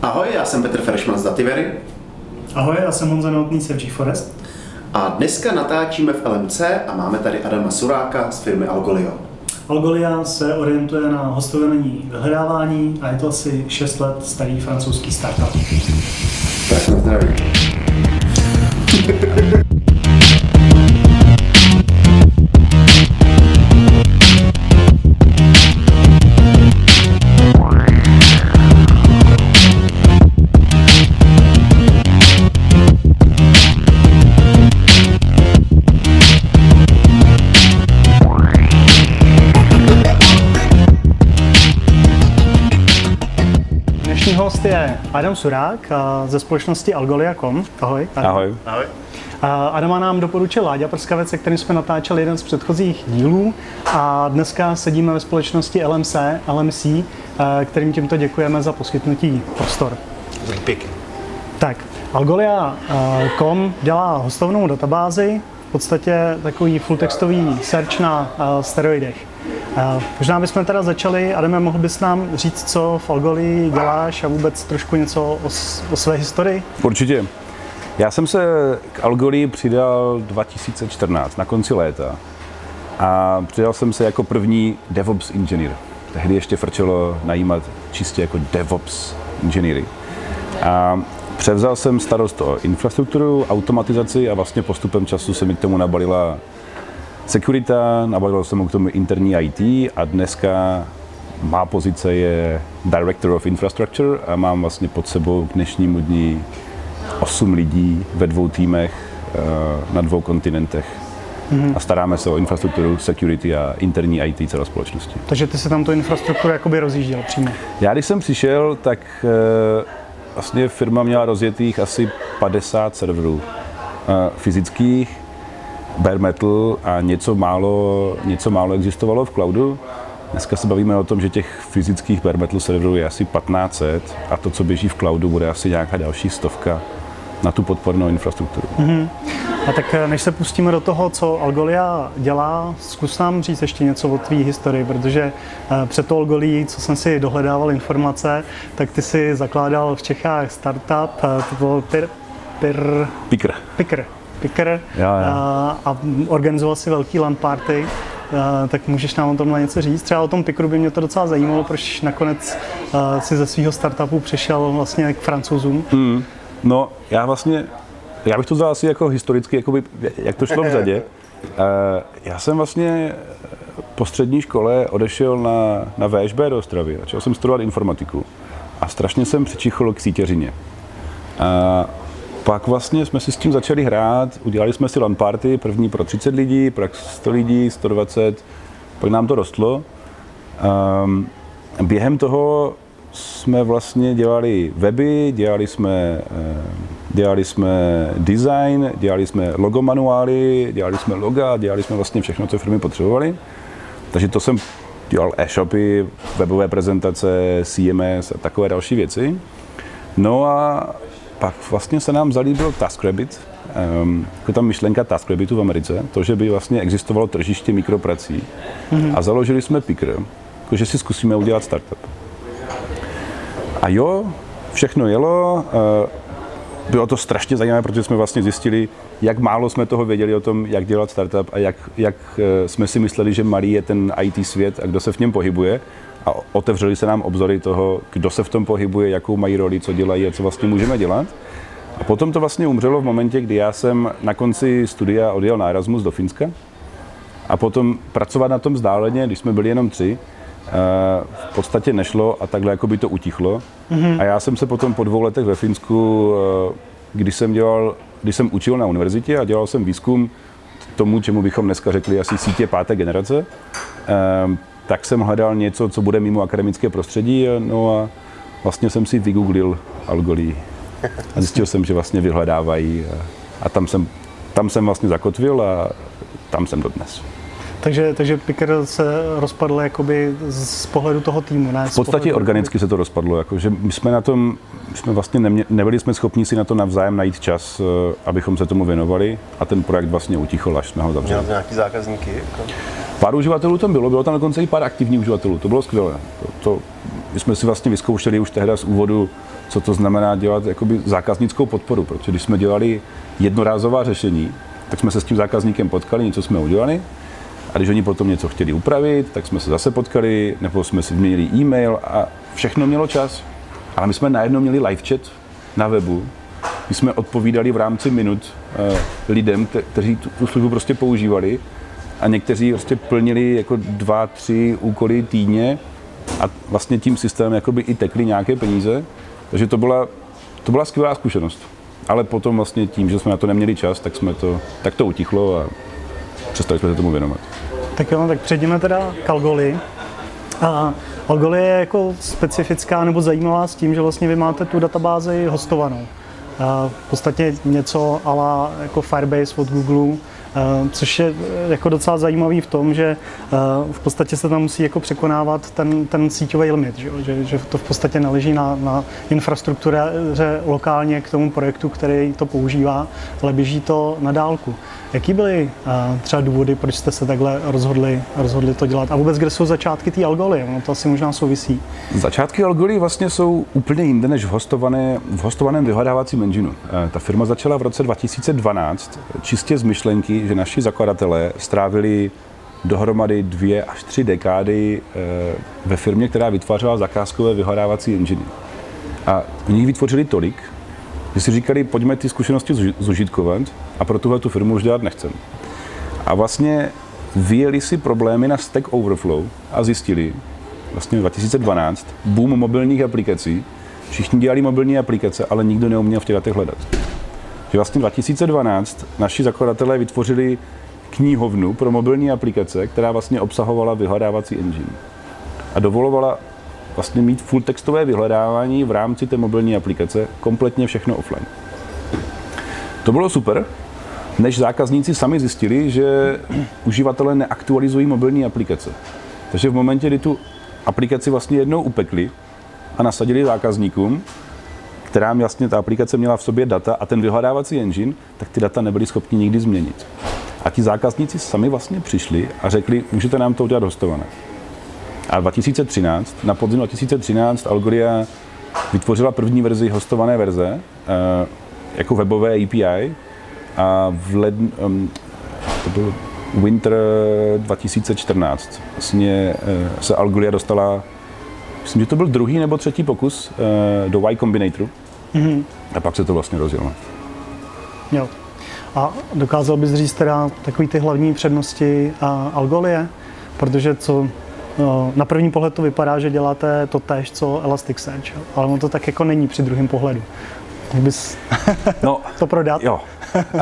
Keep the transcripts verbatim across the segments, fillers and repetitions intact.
Ahoj, já jsem Petr Frešman z Dativery. Ahoj, já jsem Honza Novotný z GeForest. A dneska natáčíme v L M C a máme tady Adama Suráka z firmy Algolio. Algolia se orientuje na hostování vyhledávání a je to asi šest let starý francouzský startup. Tak na zdraví. Dnešní host je Adam Surák ze společnosti Algolia tečka com. Ahoj. Adam. Ahoj. Ahoj. Adama nám doporučil Láďa Prskavec, se kterým jsme natáčeli jeden z předchozích dílů, a dneska sedíme ve společnosti L M C, L M C, kterým tímto děkujeme za poskytnutí prostor. Pěkně. Tak, Algolia tečka com dělá hostovnou databázi, v podstatě takový full textový search na steroidech. Možná bychom teda začali, Adame, mohl bys nám říct, co v Algolii děláš a vůbec trošku něco o, o své historii? Určitě. Já jsem se k Algolii přidal dva tisíce čtrnáct, na konci léta. A přidal jsem se jako první DevOps inženýr. Tehdy ještě frčelo najímat čistě jako DevOps inženýry. A převzal jsem starost o infrastrukturu, automatizaci a vlastně postupem času se mi k tomu nabalila securita, nabalil jsem mu k tomu interní I T a dneska má pozice je Director of Infrastructure a mám vlastně pod sebou k dnešnímu dní osm lidí ve dvou týmech na dvou kontinentech. Mm-hmm. A staráme se o infrastrukturu, security a interní I T celé společnosti. Takže ty se tam tu infrastrukturu jakoby rozjížděl přímo? Já když jsem přišel, tak vlastně firma měla rozjetých asi padesát serverů fyzických, bare metal a něco málo, něco málo existovalo v cloudu. Dneska se bavíme o tom, že těch fyzických bare metal serverů je asi patnáct set a to, co běží v cloudu, bude asi nějaká další stovka na tu podpornou infrastrukturu. Mm-hmm. A tak než se pustíme do toho, co Algolia dělá, zkus nám říct ještě něco o tvý historii, protože před tou Algolií, co jsem si dohledával informace, tak ty si zakládal v Čechách startup, to byl Pir... Pir... Pikr. Pikr. Pikr. Já, já. A, a organizoval si velký LAN party. Uh, tak můžeš nám o tomhle něco říct? Třeba o tom Pikru by mě to docela zajímalo, proč nakonec uh, si ze svého startupu přešel vlastně k Francouzům. Hmm. No, já vlastně, já bych to vzal asi jako historicky, jakoby, jak to šlo v řadě. Uh, já jsem vlastně po střední škole odešel na, na V Š B do Ostravy. Začal jsem studovat informatiku a strašně jsem přičichl k sítěřině. Uh, Pak vlastně jsme si s tím začali hrát, udělali jsme si LAN party, první pro třicet lidí, pak sto lidí, sto dvacet, pak nám to rostlo. Um, během toho jsme vlastně dělali weby, dělali jsme, dělali jsme design, dělali jsme logo manuály, dělali jsme loga, dělali jsme vlastně všechno, co firmy potřebovaly. Takže to jsem dělal e-shopy, webové prezentace, C M S a takové další věci. No a pak vlastně se nám zalíbil TaskRabbit, um, jako ta myšlenka TaskRabbitu v Americe, to, že by vlastně existovalo tržiště mikroprací. Mm-hmm. A založili jsme Pikr, že si zkusíme udělat startup. A jo, všechno jelo, uh, bylo to strašně zajímavé, protože jsme vlastně zjistili, jak málo jsme toho věděli o tom, jak dělat startup a jak, jak uh, jsme si mysleli, že malý je ten I T svět a kdo se v něm pohybuje. A otevřeli se nám obzory toho, kdo se v tom pohybuje, jakou mají roli, co dělají a co vlastně můžeme dělat. A potom to vlastně umřelo v momentě, kdy já jsem na konci studia odjel na Erasmus do Finska. A potom pracovat na tom vzdáleně, když jsme byli jenom tři, v podstatě nešlo a takhle jako by to utichlo. Mm-hmm. A já jsem se potom po dvou letech ve Finsku, když jsem, dělal, když jsem učil na univerzitě a dělal jsem výzkum tomu, čemu bychom dneska řekli asi sítě páté generace, tak jsem hledal něco, co bude mimo akademické prostředí, no a vlastně jsem si vygooglil Algolii a zjistil jsem, že vlastně vyhledávají a, a tam, jsem, tam jsem vlastně zakotvil a tam jsem dodnes. Takže, takže Pikr se rozpadl jakoby z pohledu toho týmu, ne? V podstatě pohledu, organicky se to rozpadlo, jako, že my jsme na tom, my jsme vlastně nemě, nebyli jsme schopni si na to navzájem najít čas, abychom se tomu věnovali a ten projekt vlastně utichl, až jsme ho zavřeli. Měl nějaký zákazníky? Jako? Pár uživatelů tam bylo, bylo tam dokonce i pár aktivních uživatelů, to bylo skvělé. To, to, my jsme si vlastně vyzkoušeli už tehdy z úvodu, co to znamená dělat jakoby zákaznickou podporu, protože když jsme dělali jednorázová řešení, tak jsme se s tím zákazníkem potkali, něco jsme udělali a když oni potom něco chtěli upravit, tak jsme se zase potkali, nebo jsme si změnili e-mail a všechno mělo čas. Ale my jsme najednou měli live chat na webu, my jsme odpovídali v rámci minut eh, lidem, kte- kteří tu, tu službu prostě používali a někteří prostě plnili jako dva, tři úkoly týdně a vlastně tím systémem jakoby i tekly nějaké peníze, takže to byla, to byla skvělá zkušenost. Ale potom vlastně tím, že jsme na to neměli čas, tak jsme to, tak to utichlo a přestali jsme se tomu věnovat. Tak jo, tak přejdeme teda k Algolii. A Algolia je jako specifická nebo zajímavá s tím, že vlastně vy máte tu databázi hostovanou. A v podstatě něco a la jako Firebase od Google, což je jako docela zajímavý v tom, že v podstatě se tam musí jako překonávat ten, ten síťový limit, že, že, že to v podstatě naleží na, na infrastruktuře lokálně k tomu projektu, který to používá, ale běží to na dálku. Jaký byly třeba důvody, proč jste se takhle rozhodli, rozhodli to dělat? A vůbec, kde jsou začátky té Algolie? Ono to asi možná souvisí. Začátky Algolie vlastně jsou úplně jinde než v, hostované, v hostovaném vyhledávacím engineu. Ta firma začala v roce dva tisíce dvanáct čistě z myšlenky, že naši zakladatelé strávili dohromady dvě až tři dekády ve firmě, která vytvářela zakázkové vyhledávací enginy. A oni jich vytvořili tolik, že si říkali, pojďme ty zkušenosti zužitkovat a pro tuhle tu firmu už dělat nechcem. A vlastně vyjeli si problémy na Stack Overflow a zjistili, vlastně dva tisíce dvanáct, boom mobilních aplikací, všichni dělali mobilní aplikace, ale nikdo neuměl v těch datech hledat. Že vlastně dva tisíce dvanáct naši zakladatelé vytvořili knihovnu pro mobilní aplikace, která vlastně obsahovala vyhledávací engine. A dovolovala vlastně mít full textové vyhledávání v rámci té mobilní aplikace, kompletně všechno offline. To bylo super, než zákazníci sami zjistili, že uživatelé neaktualizují mobilní aplikace. Takže v momentě, kdy tu aplikaci vlastně jednou upekli a nasadili zákazníkům, která vlastně ta aplikace měla v sobě data a ten vyhledávací engine, tak ty data nebyli schopni nikdy změnit. A ti zákazníci sami vlastně přišli a řekli, můžete nám to udělat hostované. A dva tisíce třináct, na podzim dva tisíce třináct Algolia vytvořila první verzi hostované verze jako webové A P I a v lednu, to byl winter dva tisíce čtrnáct, vlastně se Algolia dostala, myslím, že to byl druhý nebo třetí pokus do Y Combinatoru mm-hmm. a pak se to vlastně rozjelo. Jo. A dokázal bys říct teda takový ty hlavní přednosti Algolie, protože co na první pohled to vypadá, že děláte to též, co Elasticsearch, ale ono to tak jako není při druhém pohledu. Jak bys no, to prodat? Jo. Uh,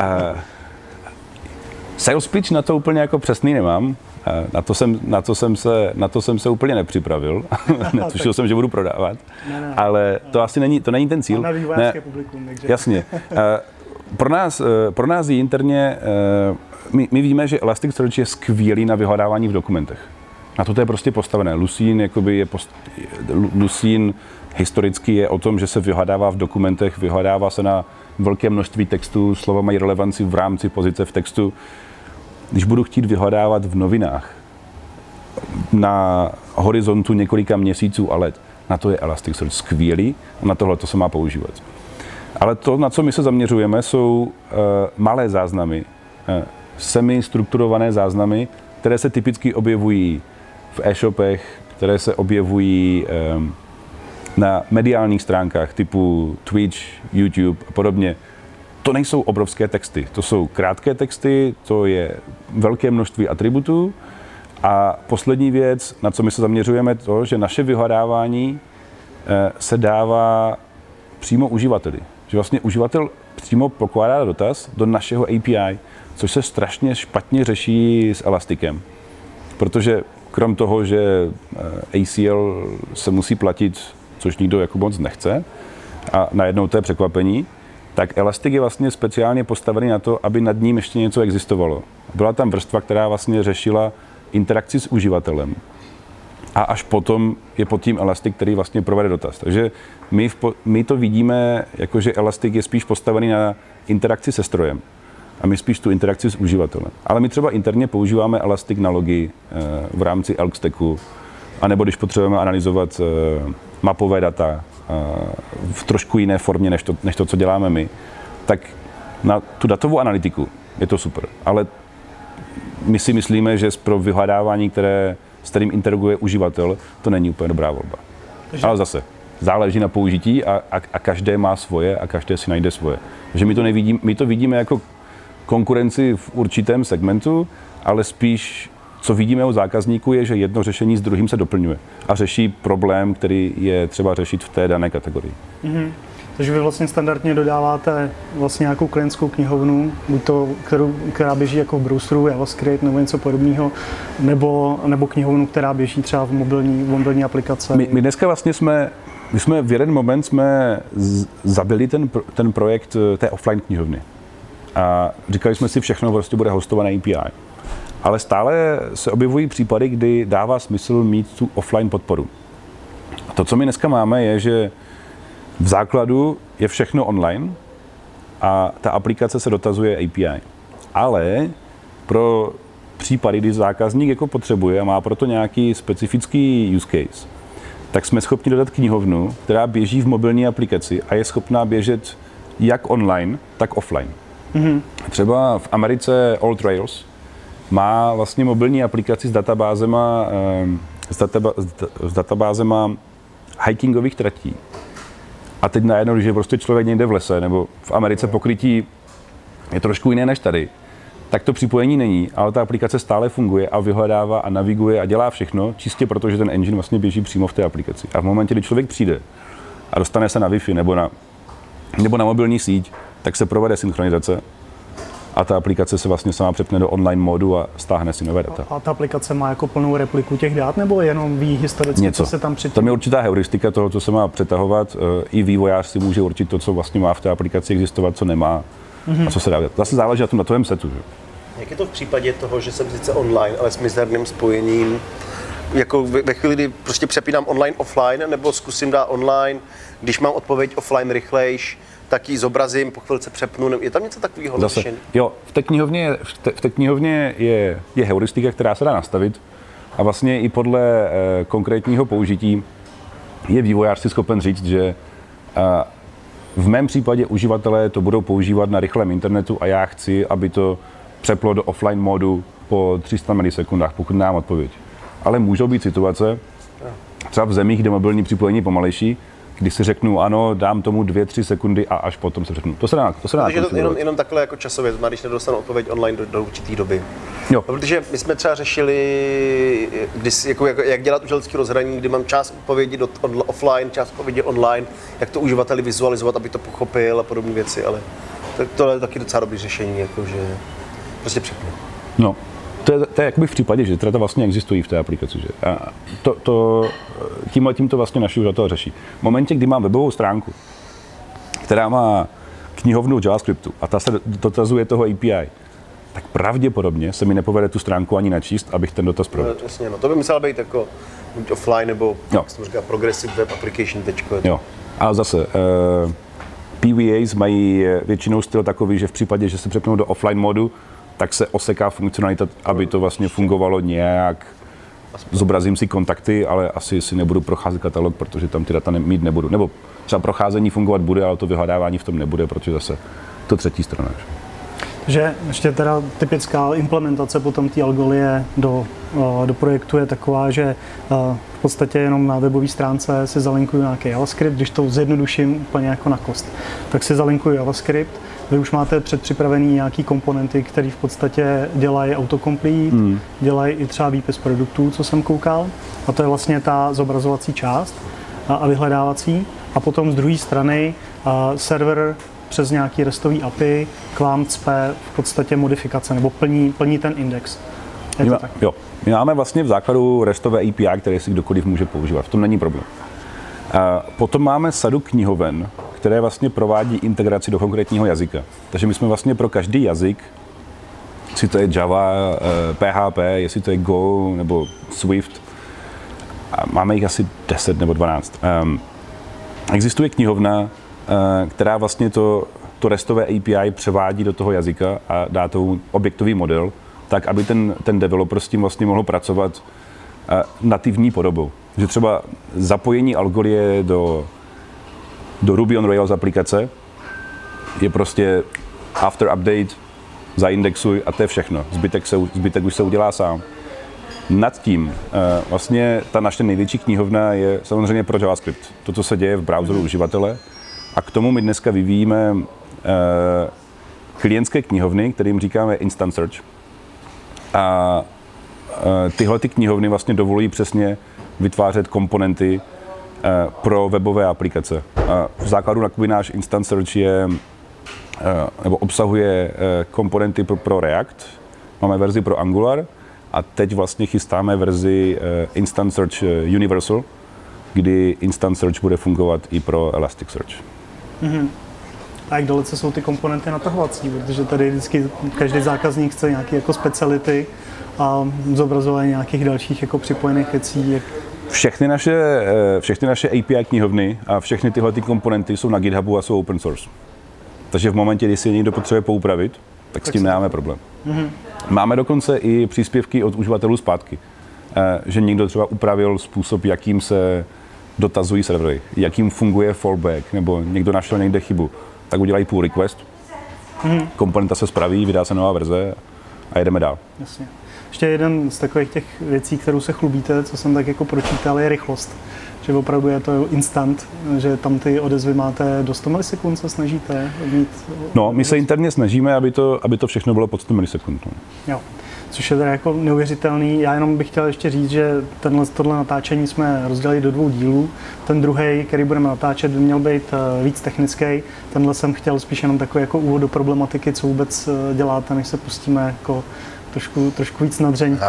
sales pitch na to úplně jako přesný nemám. Uh, na, to jsem, na, to jsem se, na to jsem se úplně nepřipravil. Netušil jsem, že budu prodávat. Ne, ne, ale to ne. asi není, to není ten cíl. Máme vývojářské publikum, takže... Jasně. Uh, pro nás, uh, pro nás je interně, uh, my, my víme, že Elasticsearch je skvělý na vyhledávání v dokumentech. Na to, to je prostě postavené. Lucene, jakoby je post... Lucene historicky je o tom, že se vyhledává v dokumentech, vyhledává se na velké množství textů, slova mají relevanci v rámci pozice v textu. Když budu chtít vyhledávat v novinách na horizontu několika měsíců a let, na to je Elasticsearch skvělý a na tohle to se má používat. Ale to, na co my se zaměřujeme, jsou uh, malé záznamy, uh, semi-strukturované záznamy, které se typicky objevují v e-shopech, které se objevují um, na mediálních stránkách typu Twitch, YouTube a podobně. To nejsou obrovské texty, to jsou krátké texty, to je velké množství atributů a poslední věc, na co my se zaměřujeme, to, že naše vyhledávání eh, se dává přímo uživateli. Že vlastně uživatel přímo pokládá dotaz do našeho A P I, což se strašně špatně řeší s Elasticem. Protože krom toho, že A C L se musí platit, což nikdo jako moc nechce, a najednou to je překvapení, tak Elastic je vlastně speciálně postavený na to, aby nad ním ještě něco existovalo. Byla tam vrstva, která vlastně řešila interakci s uživatelem. A až potom je pod tím Elastic, který vlastně provede dotaz. Takže my, v, my to vidíme, jako že Elastic je spíš postavený na interakci se strojem. A my spíš tu interakci s uživatelem. Ale my třeba interně používáme Elastic na logy v rámci Elk Stacku, anebo když potřebujeme analyzovat mapové data, v trošku jiné formě, než to, než to, co děláme my, tak na tu datovou analytiku je to super, ale my si myslíme, že pro vyhledávání, které, s kterým interaguje uživatel, to není úplně dobrá volba. Takže... Ale zase, záleží na použití a, a, a každé má svoje a každé si najde svoje. Takže my to, nevidím, my to vidíme jako konkurenci v určitém segmentu, ale spíš, co vidíme u zákazníků, je, že jedno řešení s druhým se doplňuje a řeší problém, který je třeba řešit v té dané kategorii. Mm-hmm. Takže vy vlastně standardně dodáváte vlastně nějakou klientskou knihovnu, buď to, kterou, která běží jako v browseru, JavaScript nebo něco podobného, nebo, nebo knihovnu, která běží třeba v mobilní, v mobilní aplikace. My, my dneska vlastně jsme, my jsme v jeden moment jsme z, zabili ten, ten projekt té offline knihovny. A říkali jsme si, všechno prostě bude hostované A P I. Ale stále se objevují případy, kdy dává smysl mít tu offline podporu. A to, co my dneska máme, je, že v základu je všechno online a ta aplikace se dotazuje A P I. Ale pro případy, kdy zákazník jako potřebuje a má proto nějaký specifický use case, tak jsme schopni dodat knihovnu, která běží v mobilní aplikaci a je schopná běžet jak online, tak offline. Mm-hmm. Třeba v Americe AllTrails má vlastně mobilní aplikaci s databázema, s, databa, s databázema hikingových tratí. A teď najednou, když je prostě člověk někde v lese, nebo v Americe pokrytí je trošku jiné než tady, tak to připojení není, ale ta aplikace stále funguje a vyhledává a naviguje a dělá všechno, čistě proto, že ten engine vlastně běží přímo v té aplikaci. A v momentě, kdy člověk přijde a dostane se na Wi-Fi nebo na, nebo na mobilní síť, tak se provede synchronizace a ta aplikace se vlastně sama přepne do online modu a stáhne si nové data. A ta aplikace má jako plnou repliku těch dat, nebo jenom ví historicky, něco, co se tam přitahuje? Tam je určitá heuristika toho, co se má přetahovat. I vývojář si může určit to, co vlastně má v té aplikaci existovat, co nemá mm-hmm. a co se dá dělat. Zase záleží na tom datovém setu. Že? Jak je to v případě toho, že jsem sice online, ale s mizerným spojením? Jako ve chvíli, kdy prostě přepínám online, offline, nebo zkusím dát online, když mám odpověď offline rychlejš, tak ji zobrazím, po chvilce přepnu. Je tam něco takového řešení? Jo, v té knihovně, v té, v té knihovně je, je heuristika, která se dá nastavit a vlastně i podle eh, konkrétního použití je vývojář si schopen říct, že eh, v mém případě uživatelé to budou používat na rychlém internetu a já chci, aby to přeplo do offline modu po tři sta milisekundách, pokud nám odpověď. Ale můžou být situace, třeba v zemích, kde mobilní připojení je pomalejší, když si řeknu ano, dám tomu dvě, tři sekundy a až potom se řeknu. To se dá, to se dá. Takže to jenom, jenom takhle jako časově, znamená, když nedostanu odpověď online do, do určité doby. Jo. No, protože my jsme třeba řešili, když, jako, jak, jak dělat uživatelské rozhraní, kdy mám část odpovědi do on, offline, část odpovědi online, jak to uživateli vizualizovat, aby to pochopil a podobné věci, ale to, to je taky docela dobré řešení, jakože prostě přepnu. No. To je, to je jakoby v případě, že teda vlastně existují v té aplikaci. Že? A to, to, tímhle tím to vlastně naši uživatel řeší. V momentě, kdy mám webovou stránku, která má knihovnu JavaScriptu a ta se dotazuje toho A P I, tak pravděpodobně se mi nepovede tu stránku ani načíst, abych ten dotaz provedl. No, jasně, no. To by muselo být jako buď offline nebo jak se to říká, progressive web application. Tečko. Jo, ale zase uh, P V As mají většinou styl takový, že v případě, že se přepnou do offline modu, tak se oseká funkcionalita, aby to vlastně fungovalo nějak. Zobrazím si kontakty, ale asi si nebudu procházet katalog, protože tam ty data mít nebudu. Nebo třeba procházení fungovat bude, ale to vyhledávání v tom nebude, protože zase to třetí strana. Že ještě teda typická implementace potom té Algolie do, do projektu je taková, že v podstatě jenom na webové stránce si zalinkuju nějaký JavaScript, když to zjednoduším úplně jako na kost, tak si zalinkuju JavaScript. Vy už máte předpřipravený nějaký komponenty, které v podstatě dělají autocomplete, hmm. dělají i třeba výpis produktů, co jsem koukal. A to je vlastně ta zobrazovací část a, a vyhledávací. A potom z druhé strany a, server přes nějaký restový A P I k vám cpe v podstatě modifikace nebo plní, plní ten index. Je to má, tak? Jo. My máme vlastně v základu restové A P I, které si kdokoliv může používat. V tom není problém. A potom máme sadu knihoven, které vlastně provádí integraci do konkrétního jazyka. Takže my jsme vlastně pro každý jazyk, jestli to je Java, P H P, jestli to je Go nebo Swift, a máme jich asi deset nebo dvanáct. Um, existuje knihovna, uh, která vlastně to, to restové A P I převádí do toho jazyka a dá tomu objektový model, tak aby ten, ten developer s tím vlastně mohl pracovat uh, nativní podobou. Že třeba zapojení Algolie do do Ruby on Rails aplikace je prostě after update, zaindexuj a to je všechno. Zbytek, se, zbytek už se udělá sám. Nad tím vlastně ta naše největší knihovna je samozřejmě pro JavaScript. To, co se děje v browseru uživatele. A k tomu my dneska vyvíjíme klientské knihovny, kterým říkáme Instant Search. A tyhle ty knihovny vlastně dovolují přesně vytvářet komponenty pro webové aplikace. V základu takový náš Instant Search je, nebo obsahuje komponenty pro, pro React, máme verzi pro Angular a teď vlastně chystáme verzi Instant Search Universal, kdy Instant Search bude fungovat i pro Elasticsearch. Mm-hmm. A jak dalece jsou ty komponenty natahovací, protože tady vždycky každý zákazník chce nějaké jako speciality a zobrazování nějakých dalších jako připojených věcí. Jak... Všechny naše, všechny naše A P I knihovny a všechny tyhle ty komponenty jsou na GitHubu a jsou open source. Takže v momentě, kdy si je někdo potřebuje poupravit, tak, tak s tím nemáme problém. Mm-hmm. Máme dokonce i příspěvky od uživatelů zpátky, že někdo třeba upravil způsob, jakým se dotazují servery, jakým funguje fallback, nebo někdo našel někde chybu, tak udělají pull request, mm-hmm. komponenta se spraví, vydá se nová verze a jedeme dál. Jasně. Ještě jeden z takových těch věcí, kterou se chlubíte, co jsem tak jako pročítal, je rychlost. Že opravdu je to instant, že tam ty odezvy máte do sto milisekund, se snažíte mít? No, my se interně snažíme, aby to, aby to všechno bylo pod sto milisekund. No. Jo. Což je teda jako neuvěřitelný. Já jenom bych chtěl ještě říct, že tenhle, tohle natáčení jsme rozdělili do dvou dílů. Ten druhý, který budeme natáčet, by měl být víc technický. Tenhle jsem chtěl spíš jenom takový jako úvod do problematiky, co vůbec děláte, než se pustíme jako trošku, trošku víc na dřeň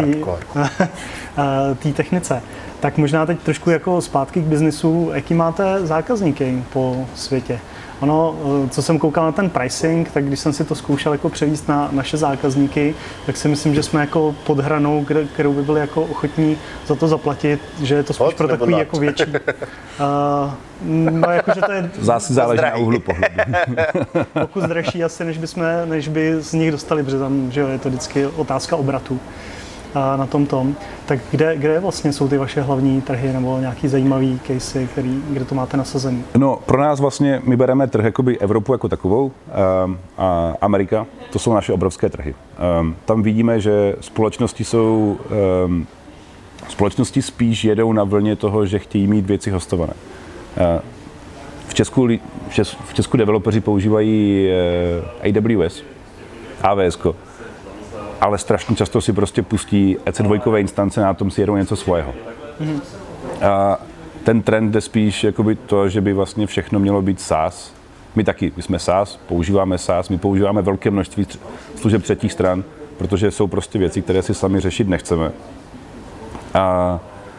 té technice. Tak možná teď trošku jako zpátky k biznisu. Jaký máte zákazníky po světě? Ono, co jsem koukal na ten pricing, tak když jsem si to zkoušel jako převíst na naše zákazníky, tak si myslím, že jsme jako pod hranou, kterou by byli jako ochotní za to zaplatit, že je to spíš pro takový jako větší. Uh, no jakože to je... Zase záleží na úhlu pohledu. Pokus dražší asi, než by, jsme, než by z nich dostali, protože tam že jo, je to vždycky otázka obratu. Na tom tom. Tak kde, kde vlastně jsou ty vaše hlavní trhy nebo nějaký zajímavý casey, který, kde to máte nasazený? No, pro nás vlastně my bereme trh jakoby Evropu jako takovou um, a Amerika, to jsou naše obrovské trhy. Um, tam vidíme, že společnosti jsou, um, společnosti spíš jedou na vlně toho, že chtějí mít věci hostované. Uh, v Česku, v, Čes, v Česku developeři používají uh, A W S, A W S ko. Ale strašně často si prostě pustí E C dva instance, na tom si jedou něco svého. Mm-hmm. A ten trend jde spíš jakoby to, že by vlastně všechno mělo být SaaS. My taky, my jsme SaaS, používáme SaaS, my používáme velké množství služeb třetích stran, protože jsou prostě věci, které si sami řešit nechceme. A, a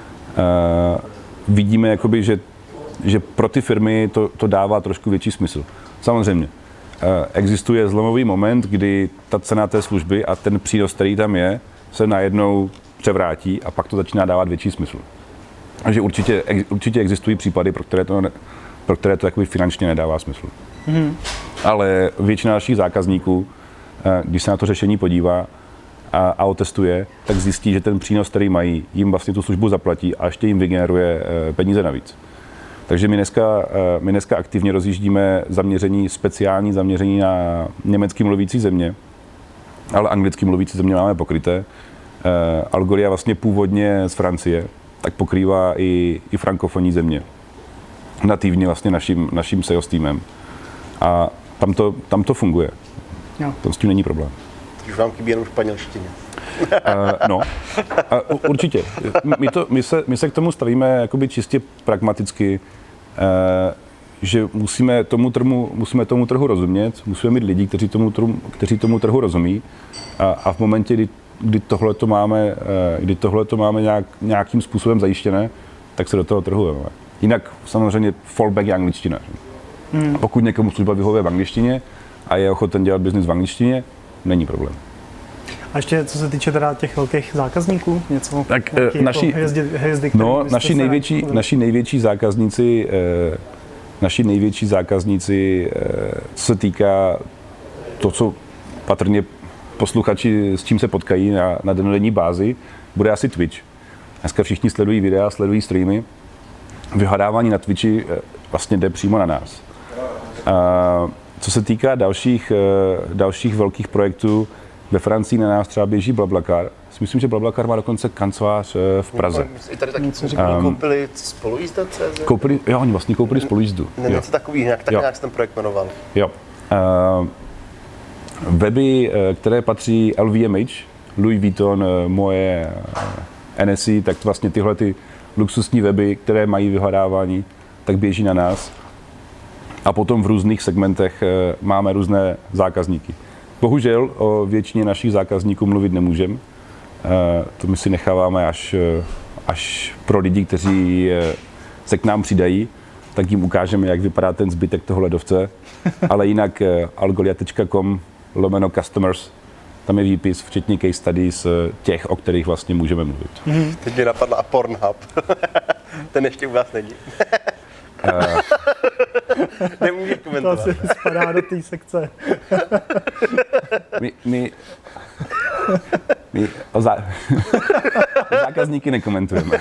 vidíme, jakoby, že, že pro ty firmy to, to dává trošku větší smysl. Samozřejmě. Existuje zlomový moment, kdy ta cena té služby a ten přínos, který tam je, se najednou převrátí a pak to začíná dávat větší smysl. Takže určitě, určitě existují případy, pro které to, ne, pro které to jakoby finančně nedává smysl. Mm. Ale většina našich zákazníků, když se na to řešení podívá a, a otestuje, tak zjistí, že ten přínos, který mají, jim vlastně tu službu zaplatí a ještě jim vygeneruje peníze navíc. Takže my dneska, my dneska aktivně rozjíždíme zaměření, speciální zaměření na německy mluvící země, ale anglicky mluvící země máme pokryté. Algolia vlastně původně z Francie, tak pokrývá i, i frankofonní země. Nativně vlastně naším, naším sales týmem. A tam to, tam to funguje. Jo. To s tím není problém. Už vám chybí jenom španělštině. Uh, no, uh, určitě. My, to, my, se, my se k tomu stavíme jakoby čistě pragmaticky, uh, že musíme tomu, trhu, musíme tomu trhu rozumět, musíme mít lidi, kteří tomu trhu, kteří tomu trhu rozumí a, a v momentě, kdy, kdy tohle to máme, uh, kdy tohle to máme nějak, nějakým způsobem zajištěné, tak se do toho trhu vezmeme. Jinak samozřejmě fallback je angličtina. Hmm. Pokud někomu služba vyhovuje v angličtině a je ochoten dělat biznis v angličtině, není problém. A ještě co se týče teda těch velkých zákazníků, něco? Tak naši, jako hvězdy, hvězdy, no, naši, největší, naši největší zákazníci, eh, naši největší zákazníci, eh, co se týká to, co patrně posluchači s čím se potkají na, na dennodenní bázi, bude asi Twitch. Dneska všichni sledují videa, sledují streamy. Vyhledávání na Twitchi, eh, vlastně jde přímo na nás. Uh, co se týká dalších, uh, dalších velkých projektů, ve Francii na nás třeba běží BlaBlaCar. Myslím, že BlaBlaCar má dokonce kancelář uh, v Praze. I tady taky um, koupili spolujízda tečka cé zet? Koupili, jo, oni vlastně koupili spolujízdu. Ne, něco takový, nějak, tak jo. nějak se ten projekt jmenoval. Jo. Uh, weby, které patří L V M H, Louis Vuitton, moje N S I, tak vlastně tyhle ty luxusní weby, které mají vyhledávání, tak běží na nás. A potom v různých segmentech máme různé zákazníky. Bohužel o většině našich zákazníků mluvit nemůžeme. To my si necháváme až, až pro lidi, kteří se k nám přidají, tak jim ukážeme, jak vypadá ten zbytek toho ledovce. Ale jinak algolia tečka com lomeno customers, tam je výpis, včetně case studies těch, o kterých vlastně můžeme mluvit. Mm-hmm. Teď mě napadla a Pornhub. Ten ještě u vás není. Uh, Nemůžeš komentovat. To asi spadá do té sekce. my, my, my o, zá, o zákazníky nekomentujeme.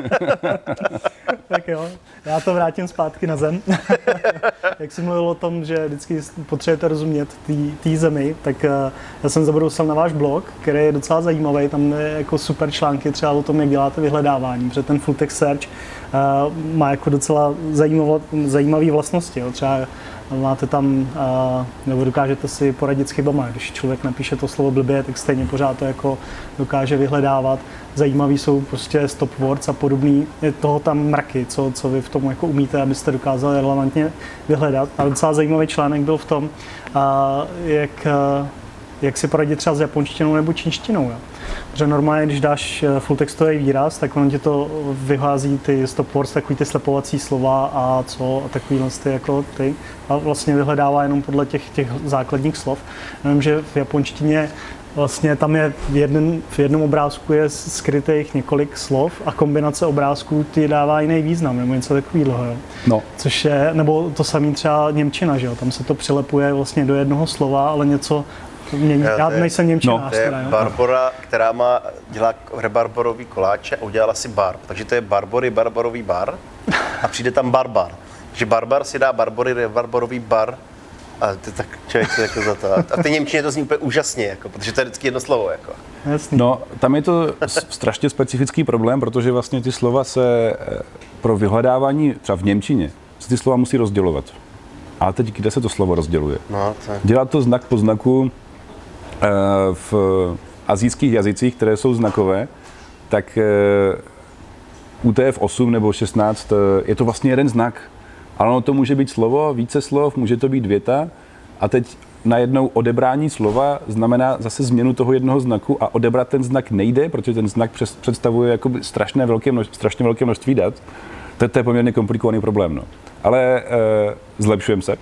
Tak jo, já to vrátím zpátky na zem. Jak jsi mluvil o tom, že vždycky potřebujete rozumět té zemi, tak já jsem zabrousil na váš blog, který je docela zajímavý. Tam je jako super články třeba o tom, jak děláte vyhledávání, protože ten full text search uh, má jako docela zajímavé vlastnosti. Jo. Třeba máte tam, uh, nebo dokážete si poradit s chybama. Když člověk napíše to slovo blbě, tak stejně pořád to jako dokáže vyhledávat. Zajímavý jsou prostě stop words a podobný. Je toho tam mraky, co, co vy v tom jako umíte, abyste dokázali relevantně vyhledat. A docela zajímavý článek byl v tom, uh, jak, uh, jak si poradit třeba s japonštinou nebo čínštinou. Jo. Protože normálně, když dáš full textový výraz, tak on ti to vyhází ty stop words, takový ty slepovací slova a co a takovýhle ty jako ty. A vlastně vyhledává jenom podle těch, těch základních slov. Já vím, že v japonštině vlastně tam je v, jeden, v jednom obrázku je skrytých několik slov a kombinace obrázků ti dává jiný význam nebo něco takového. Jo. No. Což je, nebo to samý třeba němčina, že jo? Tam se to přilepuje vlastně do jednoho slova, ale něco mění. Já, já nejsem němčinář. No. To je Barbora, která má, dělá rebarborový koláče a udělala si barb. Takže to je Barbory, barbarový bar a přijde tam barbar. Takže barbar si dá Barbory, rebarborový bar a ty tak člověk se jako za to. A ty němčině to zní úplně úžasně, jako, protože to je vždycky jedno slovo. Jako. Jasný. No, tam je to strašně specifický problém, protože vlastně ty slova se pro vyhledávání, třeba v němčině, se ty slova musí rozdělovat. A teď kde se to slovo rozděluje? No, to... Dělá to znak po znaku v asijských jazycích, které jsou znakové, tak U T F osm nebo šestnáct je to vlastně jeden znak. Ale ono to může být slovo, více slov, může to být věta a teď najednou odebrání slova znamená zase změnu toho jednoho znaku a odebrat ten znak nejde, protože ten znak představuje jakoby strašné velké množství, strašně velké množství dat. To, to je poměrně komplikovaný problém. No. Ale e, zlepšujeme se. E,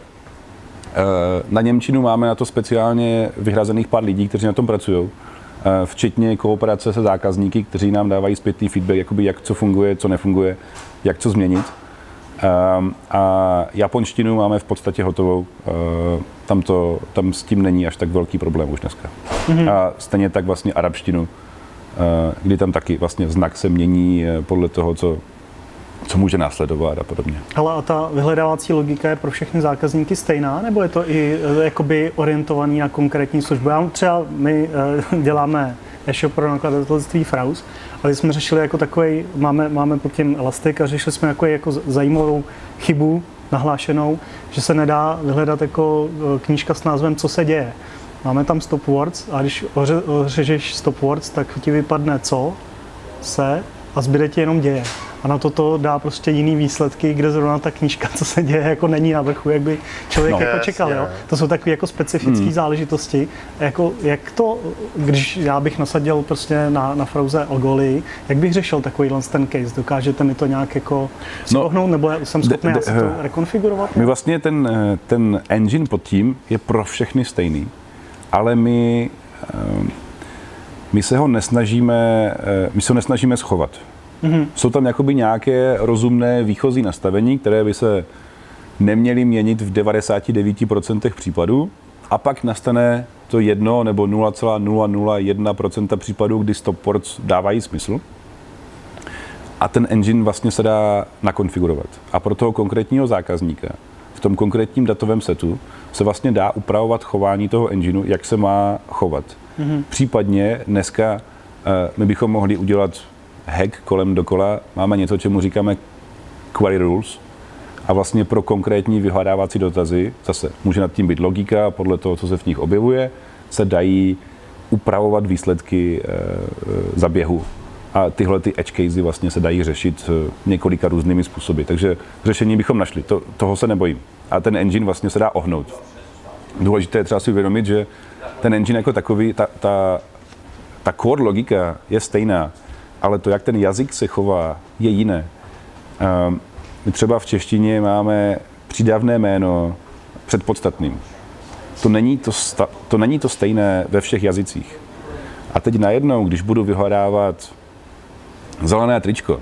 na němčinu máme na to speciálně vyhrazených pár lidí, kteří na tom pracují, e, včetně kooperace se zákazníky, kteří nám dávají zpětný feedback, jakoby jak co funguje, co nefunguje, jak co změnit. Um, a japonštinu máme v podstatě hotovou, uh, tam, to, tam s tím není až tak velký problém už dneska. Mm-hmm. A stejně tak vlastně arabštinu, uh, kdy tam taky vlastně znak se mění uh, podle toho, co, co může následovat a podobně. Ale a ta vyhledávací logika je pro všechny zákazníky stejná, nebo je to i uh, jakoby orientovaný na konkrétní službu? Já třeba my uh, děláme e-shop pro nakladatelství Fraus, ale jsme řešili jako takový, máme, máme pod tím Elastic a řešili jsme jako, jako zajímavou chybu nahlášenou, že se nedá vyhledat jako knížka s názvem Co se děje. Máme tam stop words a když ořežeš stop words, tak ti vypadne co, se a zbyde ti jenom děje. A na toto dá prostě jiný výsledky, kde zrovna ta knížka, co se děje, jako není na vrchu, jak by člověk no, jako čekal. Jo? To jsou takové jako specifické hmm. záležitosti. Jako, jak to, když já bych nasadil prostě na, na Frauze Algolii, jak bych řešil takovýhle ten case? Dokážete mi to nějak jako spohnout, no, nebo jsem schopný de, de, já si to rekonfigurovat? My vlastně ten, ten engine pod tím je pro všechny stejný, ale my, my se ho nesnažíme, my se ho nesnažíme schovat. Mm-hmm. Jsou tam jakoby nějaké rozumné výchozí nastavení, které by se neměly měnit v devadesát devět procent případů a pak nastane to jedno nebo nula celá nula nula jedna procenta případů, kdy stop words dávají smysl. a ten engine vlastně se dá nakonfigurovat. A pro toho konkrétního zákazníka v tom konkrétním datovém setu se vlastně dá upravovat chování toho engineu, jak se má chovat. Mm-hmm. Případně dneska uh, my bychom mohli udělat hack kolem dokola, máme něco, čemu říkáme query rules, a vlastně pro konkrétní vyhledávací dotazy, zase může nad tím být logika, podle toho, co se v nich objevuje, se dají upravovat výsledky e, za běhu. A tyhle ty edge casey vlastně se dají řešit několika různými způsoby. Takže řešení bychom našli, to, toho se nebojím. A ten engine vlastně se dá ohnout. Důležité je třeba si uvědomit, že ten engine jako takový, ta, ta, ta core logika je stejná, ale to, jak ten jazyk se chová, je jiné. Um, my třeba v češtině máme přídavné jméno před podstatným. To není to, sta, to není to stejné ve všech jazycích. A teď najednou, když budu vyhledávat zelené tričko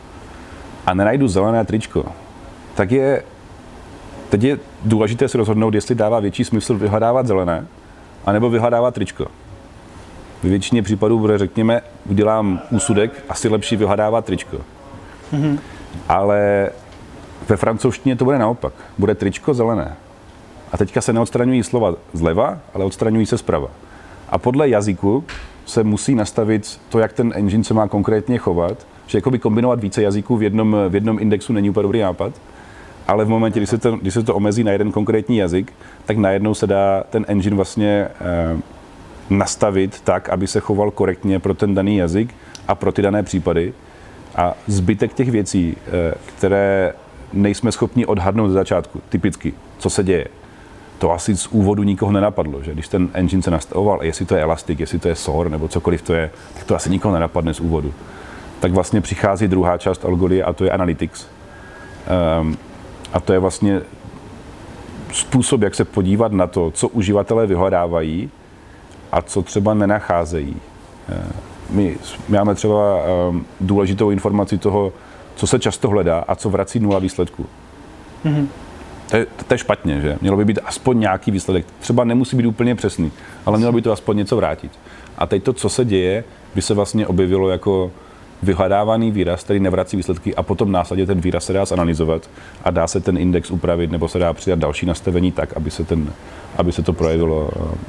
a nenajdu zelené tričko, tak je, teď je důležité si rozhodnout, jestli dává větší smysl vyhledávat zelené, anebo vyhledávat tričko. Ve většině případů bude, řekněme, udělám úsudek, asi lepší vyhledávat tričko. Mm-hmm. Ale ve francouzštině to bude naopak. Bude tričko zelené. A teďka se neodstraňují slova zleva, ale odstraňují se zprava. A podle jazyku se musí nastavit to, jak ten engine se má konkrétně chovat, že jakoby kombinovat více jazyků v jednom, v jednom indexu není úplně dobrý nápad, ale v momentě, kdy se, to, kdy se to omezí na jeden konkrétní jazyk, tak najednou se dá ten engine vlastně eh, nastavit tak, aby se choval korektně pro ten daný jazyk a pro ty dané případy. A zbytek těch věcí, eh, které nejsme schopni odhadnout ze začátku, typicky, co se děje, to asi z úvodu nikoho nenapadlo, že když ten engine se nastavoval, jestli to je Elastic, jestli to je Soar nebo cokoliv to je, tak to asi nikoho nenapadne z úvodu. Tak vlastně přichází druhá část Algolie a to je Analytics. Um, a to je vlastně způsob, jak se podívat na to, co uživatelé vyhledávají a co třeba nenacházejí. My máme třeba um, důležitou informaci toho, co se často hledá a co vrací nula výsledků. Mm-hmm. To je, to je špatně, že? Mělo by být aspoň nějaký výsledek. Třeba nemusí být úplně přesný, ale mělo by to aspoň něco vrátit. A teď to, co se děje, by se vlastně objevilo jako vyhledávaný výraz, který nevrací výsledky a potom následně ten výraz se dá zanalyzovat a dá se ten index upravit nebo se dá přidat další nastavení tak, aby se, ten, aby se to projevilo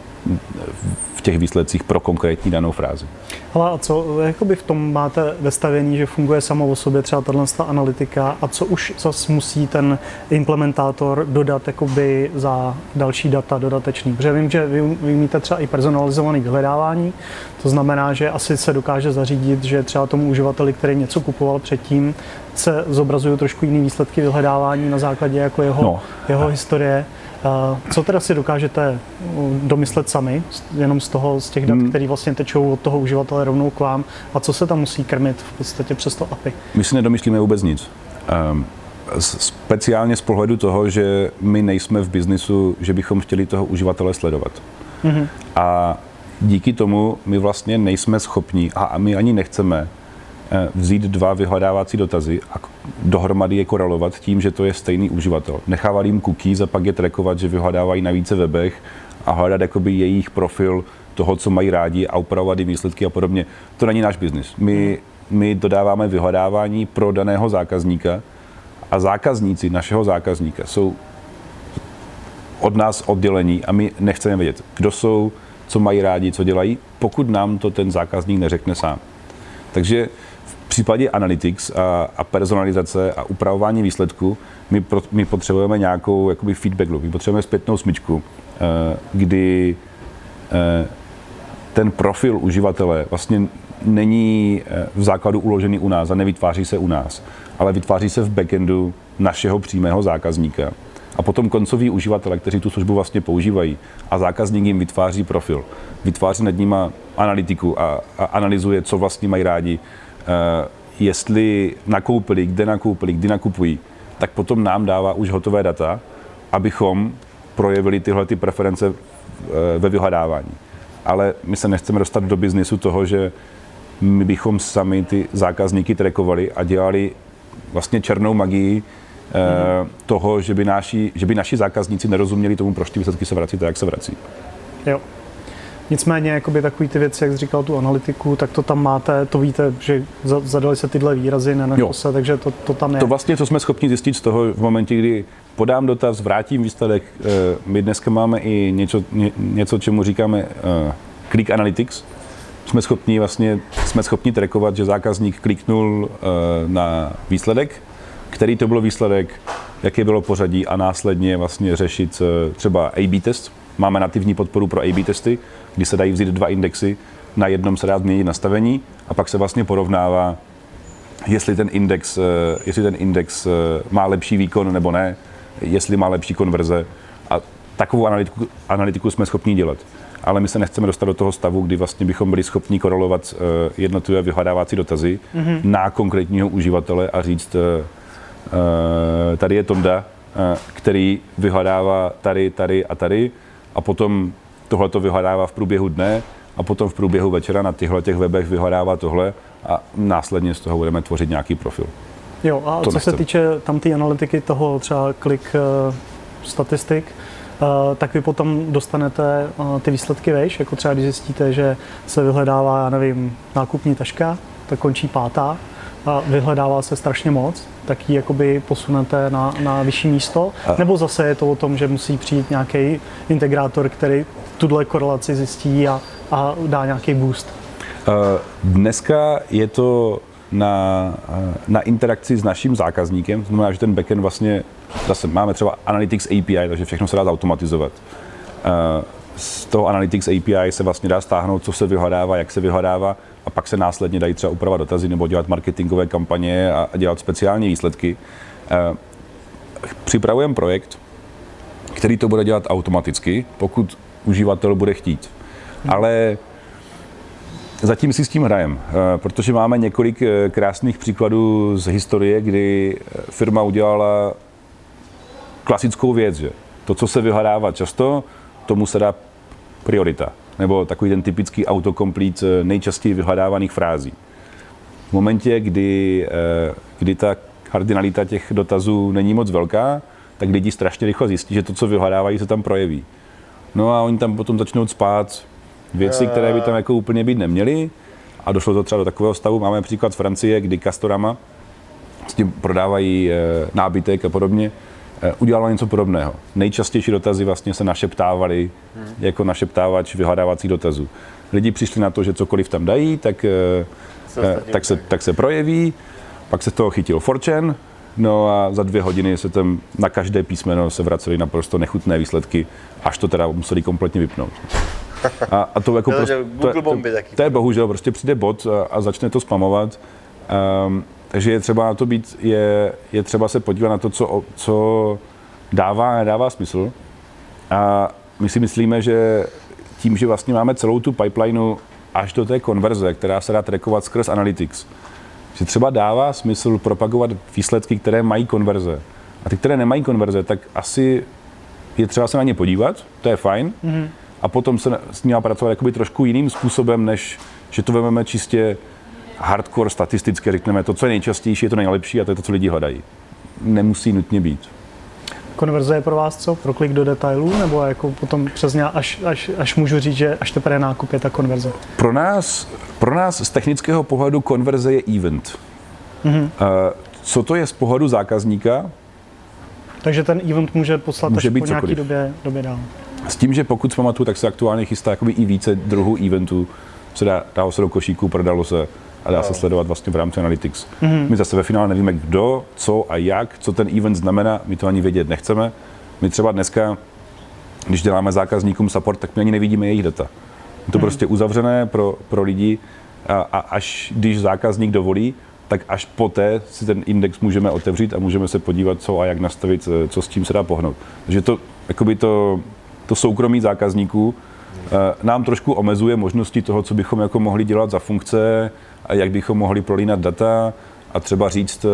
v těch výsledcích pro konkrétní danou frázi. Ale a co jakoby v tom máte vestavění, že funguje samo o sobě třeba tato analytika a co už zase musí ten implementátor dodat jakoby za další data dodatečný? Protože vím, že vy umíte třeba i personalizované vyhledávání, to znamená, že asi se dokáže zařídit, že třeba tomu uživateli, který něco kupoval předtím, se zobrazují trošku jiný výsledky vyhledávání na základě jako jeho, no. jeho historie. Co teda si dokážete domyslet sami, jenom z toho, z těch dat, hmm. které vlastně tečou od toho uživatele rovnou k vám, a co se tam musí krmit v podstatě přes to A P I? My si nedomyslíme vůbec nic. Um, speciálně z pohledu toho, že my nejsme v biznisu, že bychom chtěli toho uživatele sledovat. Hmm. A díky tomu my vlastně nejsme schopni, a my ani nechceme, vzít dva vyhledávací dotazy a dohromady je korelovat tím, že to je stejný uživatel. Nechávat jim cookies a pak je trackovat, že vyhledávají na více webech a hledat jakoby jejich profil toho, co mají rádi a upravovat jim výsledky a podobně. To není náš biznis. My, my dodáváme vyhledávání pro daného zákazníka a zákazníci našeho zákazníka jsou od nás oddělení a my nechceme vědět, kdo jsou, co mají rádi, co dělají, pokud nám to ten zákazník neřekne sám. Takže v případě analytics a, a personalizace a upravování výsledku my, pro, my potřebujeme nějakou jakoby feedback loop, my potřebujeme zpětnou smyčku, eh, kdy eh, ten profil uživatele vlastně není eh, v základu uložený u nás a nevytváří se u nás, ale vytváří se v backendu našeho přímého zákazníka. A potom koncoví uživatelé, kteří tu službu vlastně používají a zákazník jim vytváří profil, vytváří nad nima analytiku a, a analyzuje, co vlastně mají rádi, uh, jestli nakoupili, kde nakoupili, kdy nakupují, tak potom nám dává už hotové data, abychom projevili tyhle ty preference uh, ve vyhledávání. Ale my se nechceme dostat do biznisu toho, že my bychom sami ty zákazníky trackovali a dělali vlastně černou magii mm. toho, že by, naši, že by naši zákazníci nerozuměli tomu, proč ty výsledky se vrací tak, jak se vrací. Jo. Nicméně jakoby takový ty věci, jak jsi říkal tu analytiku, tak to tam máte, to víte, že zadali se tyhle výrazy, nenašlo se, takže to, to tam je. To vlastně, co jsme schopni zjistit z toho v momentě, kdy podám dotaz, vrátím výsledek, my dneska máme i něco, ně, něco čemu říkáme Click Analytics. Jsme schopni vlastně, jsme schopni trackovat, že zákazník kliknul na výsledek, který to byl výsledek, jaké bylo pořadí a následně vlastně řešit třeba A B test. Máme nativní podporu pro A B testy, kdy se dají vzít dva indexy, na jednom se dá změnit nastavení a pak se vlastně porovnává, jestli ten index, jestli ten index má lepší výkon nebo ne, jestli má lepší konverze. A takovou analytiku, analytiku jsme schopni dělat. Ale my se nechceme dostat do toho stavu, kdy vlastně bychom byli schopni korelovat jednotlivé vyhledávací dotazy mm-hmm. na konkrétního uživatele a říct, tady je Tonda, který vyhledává tady, tady a tady a potom tohle to vyhledává v průběhu dne a potom v průběhu večera na těchto těch webech vyhledává tohle a následně z toho budeme tvořit nějaký profil. Jo, a to co nechcem. Se týče tam té analytiky toho třeba klik uh, statistik, uh, tak vy potom dostanete uh, ty výsledky vejš, jako třeba když zjistíte, že se vyhledává, já nevím, nákupní taška, tak končí pátá a vyhledává se strašně moc, tak ji jakoby posunete na, na vyšší místo, a. nebo zase je to o tom, že musí přijít nějaký integrátor, který tuhle korelaci zjistí a, a dá nějaký boost? Dneska je to na, na interakci s naším zákazníkem, to znamená, že ten backend vlastně, zase máme třeba Analytics A P I, takže všechno se dá automatizovat. Z toho Analytics A P I se vlastně dá stáhnout, co se vyhledává, jak se vyhledává a pak se následně dají třeba upravovat dotazy nebo dělat marketingové kampaně a dělat speciální výsledky. Připravujeme projekt, který to bude dělat automaticky, pokud uživatel bude chtít. Ale zatím si s tím hrajem, protože máme několik krásných příkladů z historie, kdy firma udělala klasickou věc, že to, co se vyhledává často, tomu se dá priorita, nebo takový ten typický autocomplete nejčastěji vyhledávaných frází. V momentě, kdy, kdy ta kardinalita těch dotazů není moc velká, tak lidi strašně rychle zjistí, že to, co vyhledávají, se tam projeví. No a oni tam potom začnou spát věci, které by tam jako úplně být neměly. A došlo to třeba do takového stavu. Máme příklad Francie, kdy Castorama s tím prodávají nábytek a podobně. Udělalo něco podobného. Nejčastější dotazy vlastně se našeptávaly hmm. jako našeptávač vyhledávacích dotazů. Lidi přišli na to, že cokoliv tam dají, tak, tak, se, tak se projeví. Pak se z toho chytil four chan, no a za dvě hodiny se tam na každé písmeno se vracely naprosto nechutné výsledky, až to teda museli kompletně vypnout. A, a to jako prostě, to, to, to je bohužel, prostě přijde bot a, a začne to spamovat. Um, takže je třeba na to být, je, je třeba se podívat na to, co, co dává a nedává smysl. A my si myslíme, že tím, že vlastně máme celou tu pipelineu až do té konverze, která se dá trackovat skrz Analytics, že třeba dává smysl propagovat výsledky, které mají konverze. A ty, které nemají konverze, tak asi je třeba se na ně podívat, to je fajn. Mm-hmm. A potom se s nimi pracovat jakoby trošku jiným způsobem, než že to vezmeme čistě hardcore statisticky, řekneme to, co je nejčastější, je to nejlepší a to je to, co lidi hledají. Nemusí nutně být. Konverze je pro vás co? Pro klik do detailů? Nebo jako potom přes ně, až, až, až můžu říct, že až teprve nákup je ta konverze? Pro nás, pro nás z technického pohledu konverze je event. Mm-hmm. Co to je z pohledu zákazníka? Takže ten event může poslat může až po nějaké době, době dál. S tím, že pokud si pamatuju, tak se aktuálně chystá jakoby i více druhů eventů. Se dá, dalo se do košíku, prodalo se a dá no. se sledovat vlastně v rámci Analytics. Mm-hmm. My zase ve finále nevíme, kdo, co a jak, co ten event znamená, my to ani vědět nechceme. My třeba dneska, když děláme zákazníkům support, tak my ani nevidíme jejich data. Je to mm-hmm. prostě uzavřené pro, pro lidi a, a až když zákazník dovolí, tak až poté si ten index můžeme otevřít a můžeme se podívat, co a jak nastavit, co s tím se dá pohnout. Takže to, jakoby to, to soukromí zákazníků nám trošku omezuje možnosti toho, co bychom jako mohli dělat za funkce a jak bychom mohli prolínat data a třeba říct,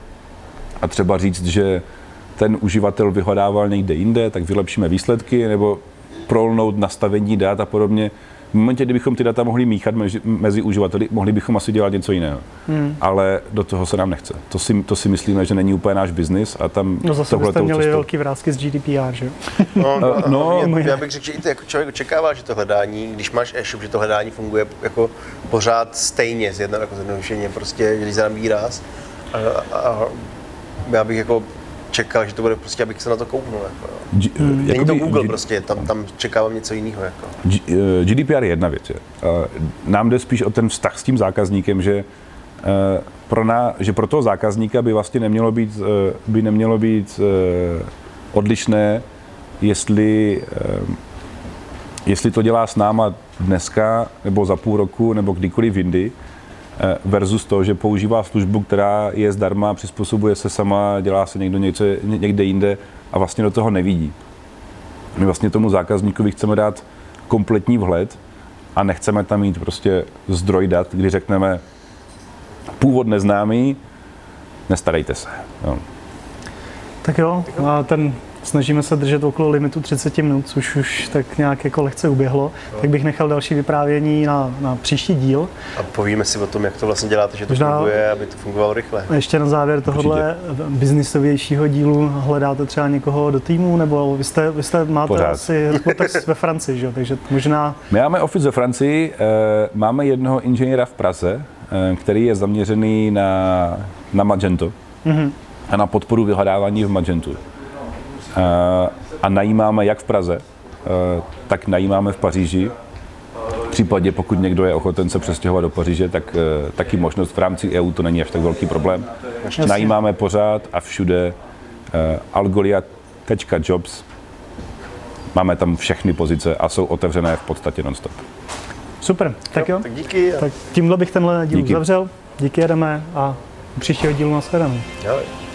a třeba říct, že ten uživatel vyhledával někde jinde, tak vylepšíme výsledky nebo prolnout nastavení dat a podobně. V momentě, kdybychom ty data mohli míchat mezi, mezi uživateli, mohli bychom asi dělat něco jiného. Hmm. Ale do toho se nám nechce. To si, to si myslíme, že není úplně náš biznis a tam no zase byste měli cestou. Velký vrásky z G D P R, že jo? No, no, no, no, já bych řekl, že i to jako člověk očekává, že to hledání, když máš e-shop, že to hledání funguje jako pořád stejně, z jedno, jako zjednodušeně, prostě, když zadám výraz. A, a já bych jako čekal, že to bude prostě, abych se na to kouknul. Jako, G- hmm. Není to Google G- prostě, tam, tam čekávám něco jiného. Jako. G- G D P R je jedna věc. Je. Nám jde spíš o ten vztah s tím zákazníkem, že pro, ná, že pro toho zákazníka by vlastně nemělo být, by nemělo být odlišné, jestli, jestli to dělá s náma dneska, nebo za půl roku, nebo kdykoliv jindy, versus to, že používá službu, která je zdarma, přizpůsobuje se sama, dělá se někdo něco, někde jinde a vlastně do toho nevidí. My vlastně tomu zákazníkovi chceme dát kompletní vhled a nechceme tam mít prostě zdroj dat, kdy řekneme původ neznámý, nestarejte se. Jo. Tak jo, a ten snažíme se držet okolo limitu třicet minut, což už tak nějak jako lehce uběhlo, no. Tak bych nechal další vyprávění na, na příští díl. A povíme si o tom, jak to vlastně děláte, že to Možná funguje, aby to fungovalo rychle. Ještě na závěr tohohle biznisovějšího dílu hledáte třeba někoho do týmu, nebo vy jste, vy jste máte Pořád. asi headquarters ve Francii, že? Takže možná... My máme office ve Francii, máme jednoho inženýra v Praze, který je zaměřený na, na Magento mm-hmm. a na podporu vyhledávání v Magentu. A najímáme jak v Praze, tak najímáme v Paříži. V případě, pokud někdo je ochoten se přestěhovat do Paříže, tak taky možnost v rámci E U to není až tak velký problém. Jasně. Najímáme pořád a všude algolia tečka jobs. Máme tam všechny pozice a jsou otevřené v podstatě non-stop. Super, tak jo. Tak díky. Tak tímhle bych tenhle díl uzavřel. Díky, jedeme a u příštího dílu nashledanou.